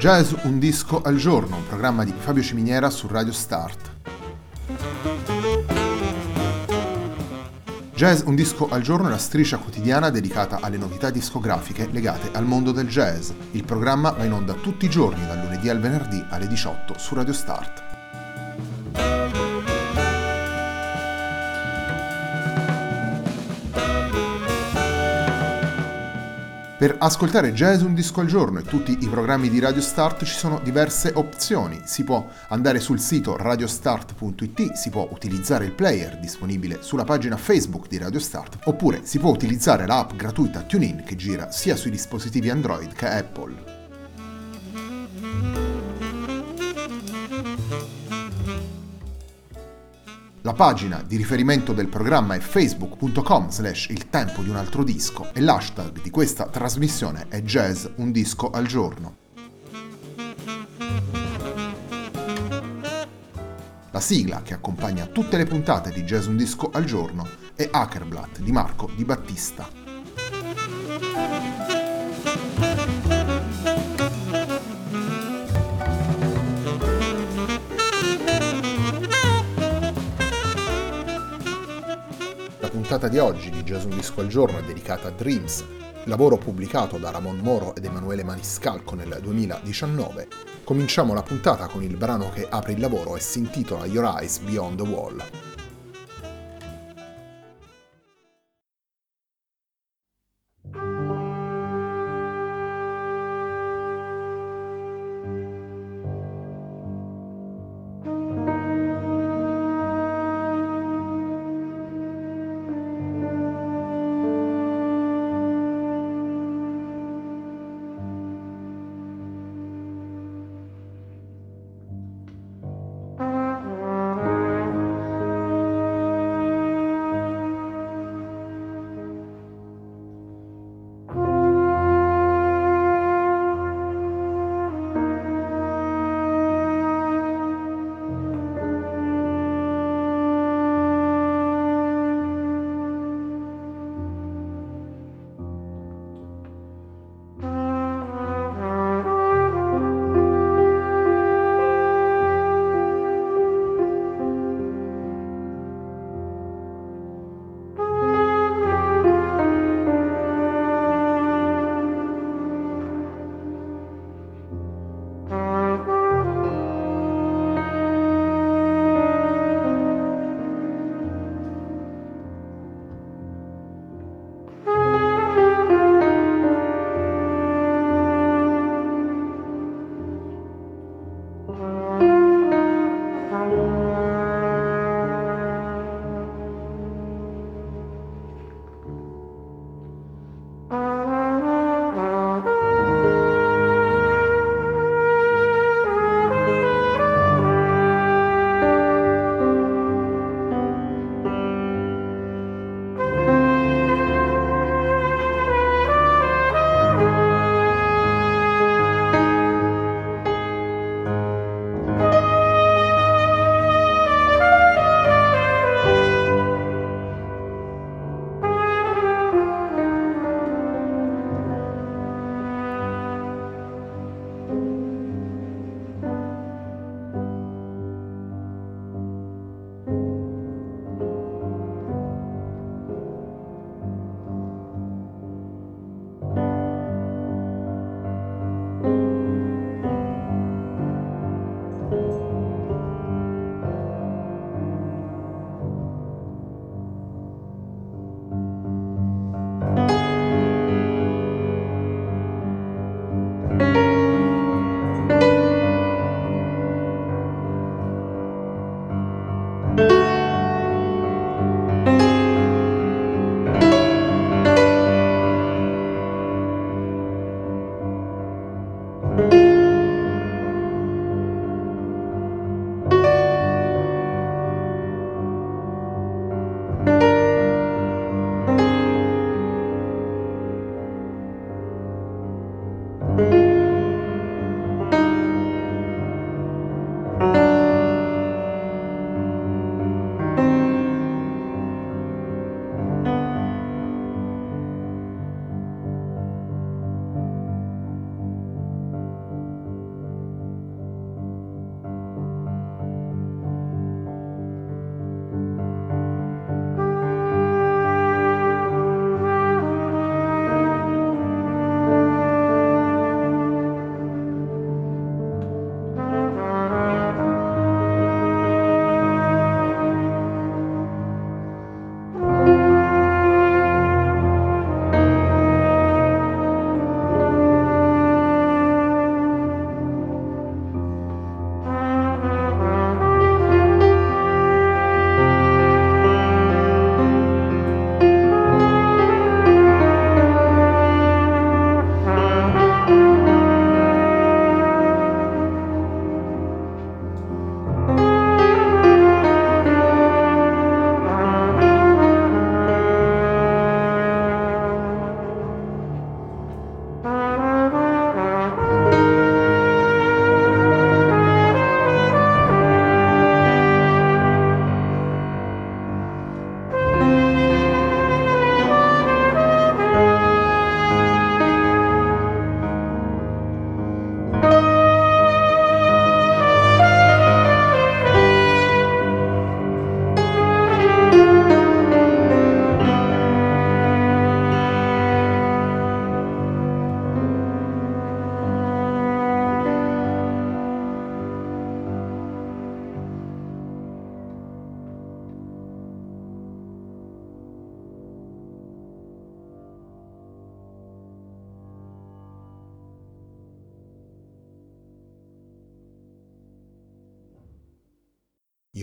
Jazz un disco al giorno, un programma di Fabio Ciminiera su Radio Start. Jazz un disco al giorno è la striscia quotidiana dedicata alle novità discografiche legate al mondo del jazz. Il programma va in onda tutti i giorni, dal lunedì al venerdì alle 18 su Radio Start. Per ascoltare Jazz un disco al giorno e tutti i programmi di Radio Start ci sono diverse opzioni. Si può andare sul sito radiostart.it, si può utilizzare il player disponibile sulla pagina Facebook di Radio Start, oppure si può utilizzare l'app gratuita TuneIn che gira sia sui dispositivi Android che Apple. La pagina di riferimento del programma è facebook.com/il tempo di un altro disco e l'hashtag di questa trasmissione è Jazz un disco al giorno. La sigla che accompagna tutte le puntate di Jazz un disco al giorno è Hackerblatt di Marco Di Battista. La puntata di oggi di Jazz un disco al giorno è dedicata a Dreams, lavoro pubblicato da Ramon Moro ed Emanuele Maniscalco nel 2019. Cominciamo la puntata con il brano che apre il lavoro e si intitola Your Eyes Beyond the Wall.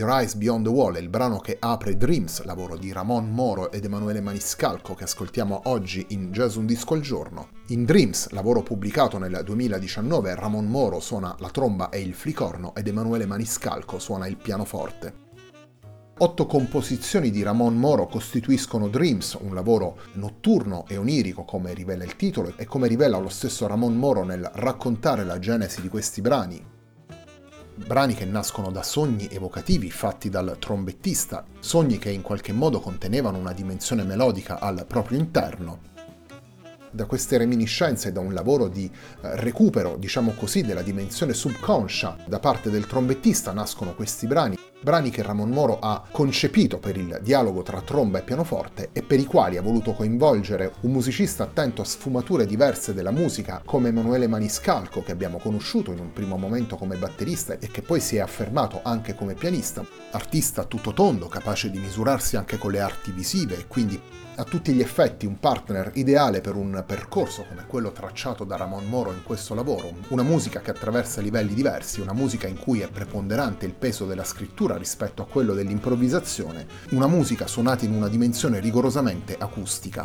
Your Eyes Beyond the Wall è il brano che apre Dreams, lavoro di Ramon Moro ed Emanuele Maniscalco che ascoltiamo oggi in Jazz Un Disco al Giorno. In Dreams, lavoro pubblicato nel 2019, Ramon Moro suona la tromba e il flicorno ed Emanuele Maniscalco suona il pianoforte. 8 composizioni di Ramon Moro costituiscono Dreams, un lavoro notturno e onirico come rivela il titolo e come rivela lo stesso Ramon Moro nel raccontare la genesi di questi brani. Brani che nascono da sogni evocativi fatti dal trombettista, sogni che in qualche modo contenevano una dimensione melodica al proprio interno. Da queste reminiscenze e da un lavoro di recupero, diciamo così, della dimensione subconscia da parte del trombettista nascono questi brani che Ramon Moro ha concepito per il dialogo tra tromba e pianoforte e per i quali ha voluto coinvolgere un musicista attento a sfumature diverse della musica come Emanuele Maniscalco, che abbiamo conosciuto in un primo momento come batterista e che poi si è affermato anche come pianista, artista a tutto tondo, capace di misurarsi anche con le arti visive e quindi a tutti gli effetti un partner ideale per un percorso come quello tracciato da Ramon Moro in questo lavoro, una musica che attraversa livelli diversi, una musica in cui è preponderante il peso della scrittura rispetto a quello dell'improvvisazione, una musica suonata in una dimensione rigorosamente acustica.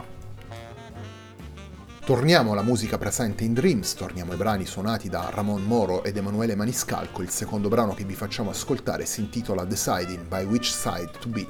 Torniamo alla musica presente in Dreams, torniamo ai brani suonati da Ramon Moro ed Emanuele Maniscalco. Il secondo brano che vi facciamo ascoltare si intitola Deciding by Which Side to Be.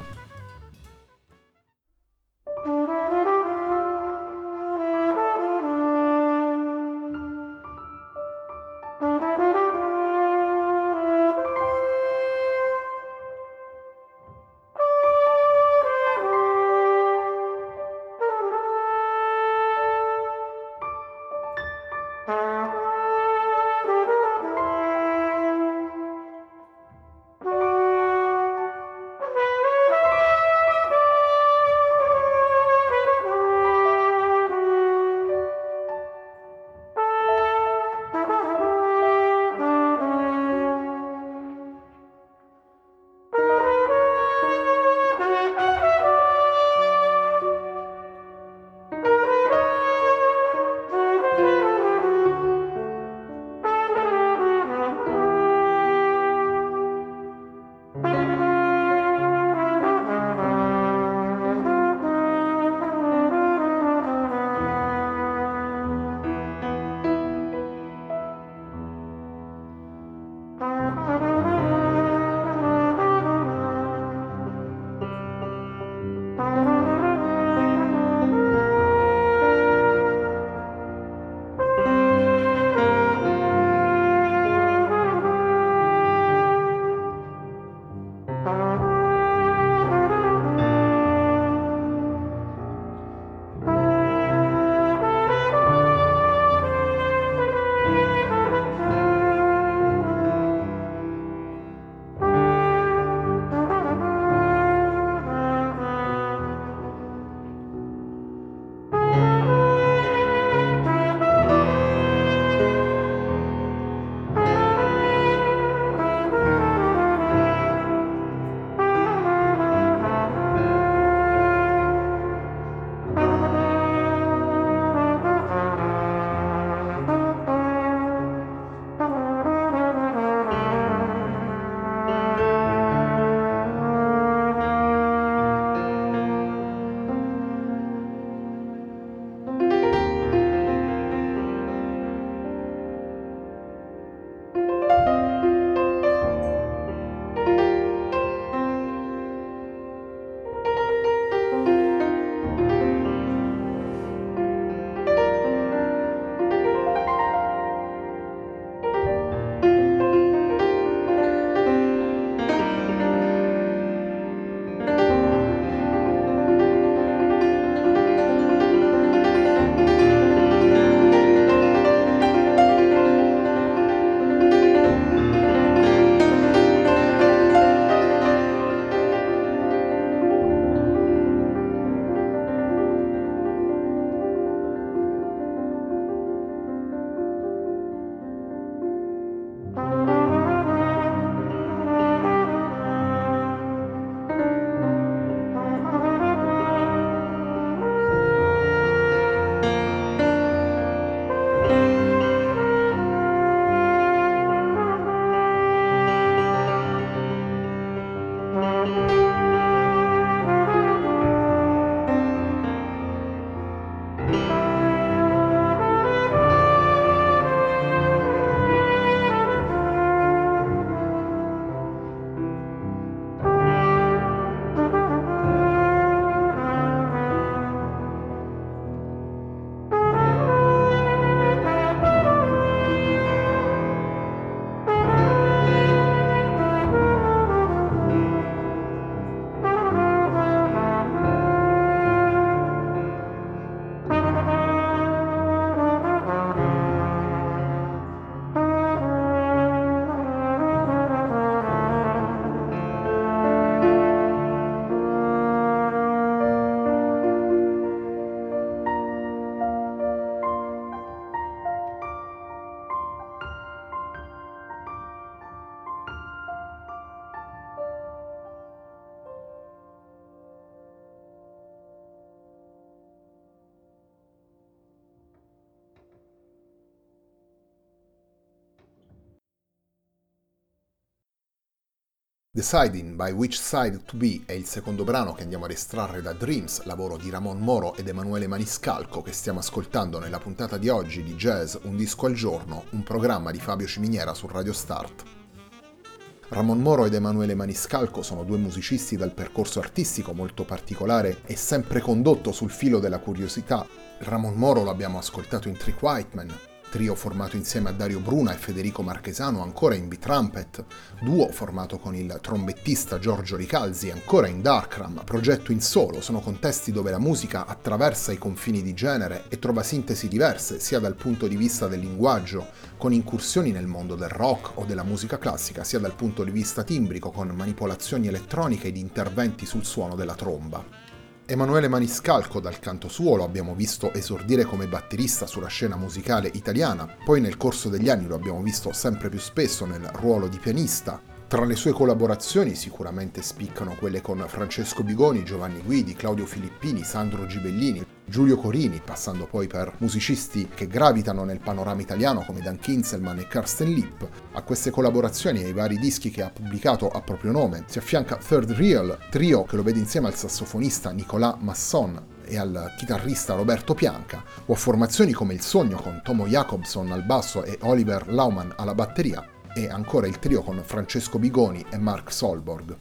Deciding by Which Side to Be è il secondo brano che andiamo ad estrarre da Dreams, lavoro di Ramon Moro ed Emanuele Maniscalco, che stiamo ascoltando nella puntata di oggi di Jazz Un Disco al Giorno, un programma di Fabio Ciminiera su Radio Start. Ramon Moro ed Emanuele Maniscalco sono due musicisti dal percorso artistico molto particolare e sempre condotto sul filo della curiosità. Ramon Moro lo abbiamo ascoltato in Trick Whiteman, trio formato insieme a Dario Bruna e Federico Marchesano ancora in B-Trumpet, duo formato con il trombettista Giorgio Ricalzi ancora in Darkram, progetto in solo. Sono contesti dove la musica attraversa i confini di genere e trova sintesi diverse sia dal punto di vista del linguaggio, con incursioni nel mondo del rock o della musica classica, sia dal punto di vista timbrico con manipolazioni elettroniche ed interventi sul suono della tromba. Emanuele Maniscalco dal canto suo lo abbiamo visto esordire come batterista sulla scena musicale italiana, poi nel corso degli anni lo abbiamo visto sempre più spesso nel ruolo di pianista. Tra le sue collaborazioni sicuramente spiccano quelle con Francesco Bigoni, Giovanni Guidi, Claudio Filippini, Sandro Gibellini, Giulio Corini, passando poi per musicisti che gravitano nel panorama italiano come Dan Kinzelman e Karsten Lipp. A queste collaborazioni e ai vari dischi che ha pubblicato a proprio nome si affianca Third Real, trio che lo vede insieme al sassofonista Nicolas Masson e al chitarrista Roberto Pianca, o a formazioni come Il Sogno con Tomo Jacobson al basso e Oliver Laumann alla batteria, e ancora il trio con Francesco Bigoni e Mark Solborg.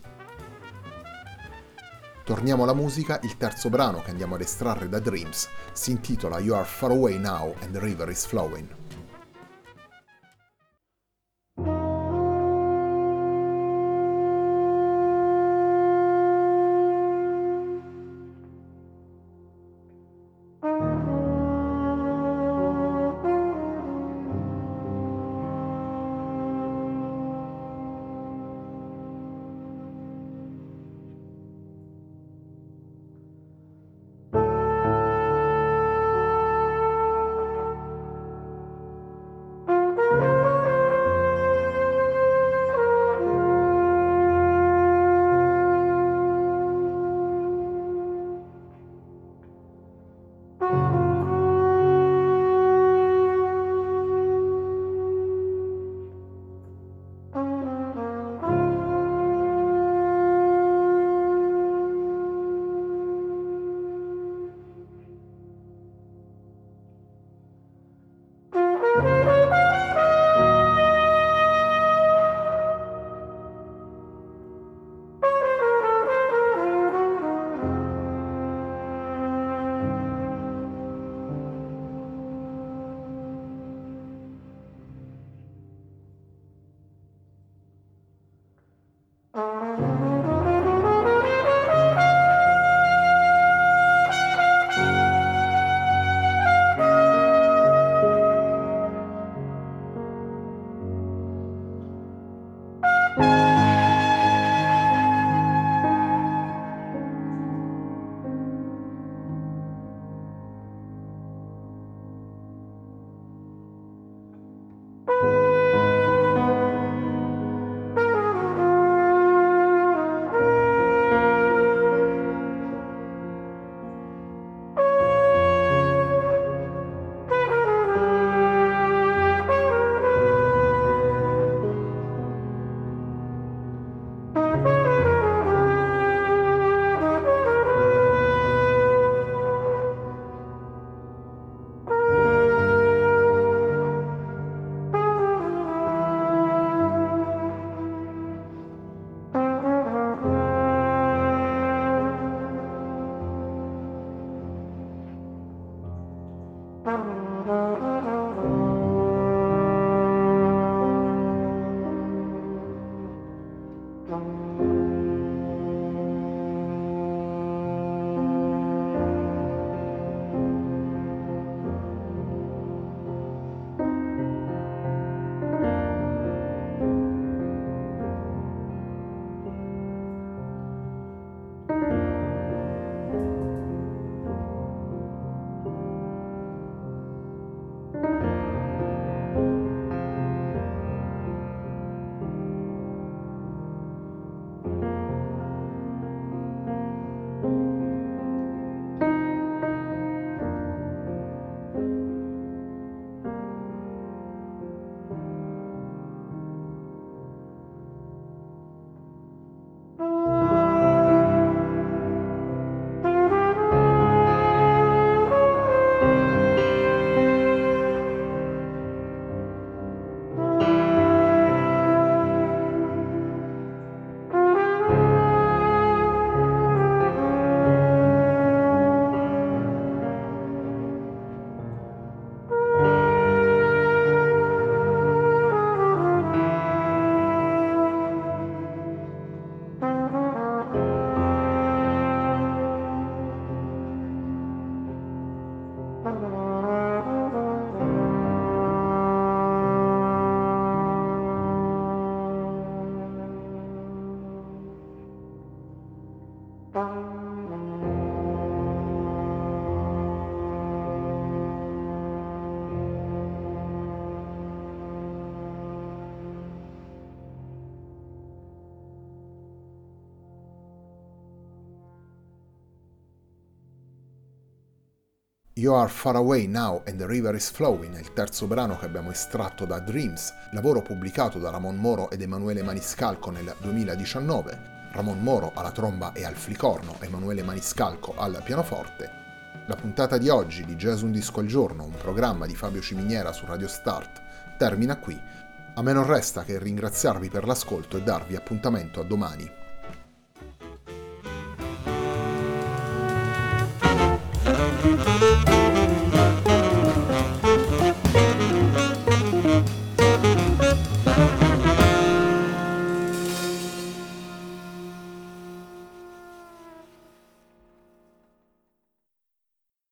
Torniamo alla musica, il terzo brano che andiamo ad estrarre da Dreams si intitola You Are Far Away Now and the River is Flowing. You Are Far Away Now and the River is Flowing è il terzo brano che abbiamo estratto da Dreams, lavoro pubblicato da Ramon Moro ed Emanuele Maniscalco nel 2019. Ramon Moro alla tromba e al flicorno, Emanuele Maniscalco al pianoforte. La puntata di oggi di Jazz Un Disco al Giorno, un programma di Fabio Ciminiera su Radio Start, termina qui. A me non resta che ringraziarvi per l'ascolto e darvi appuntamento a domani.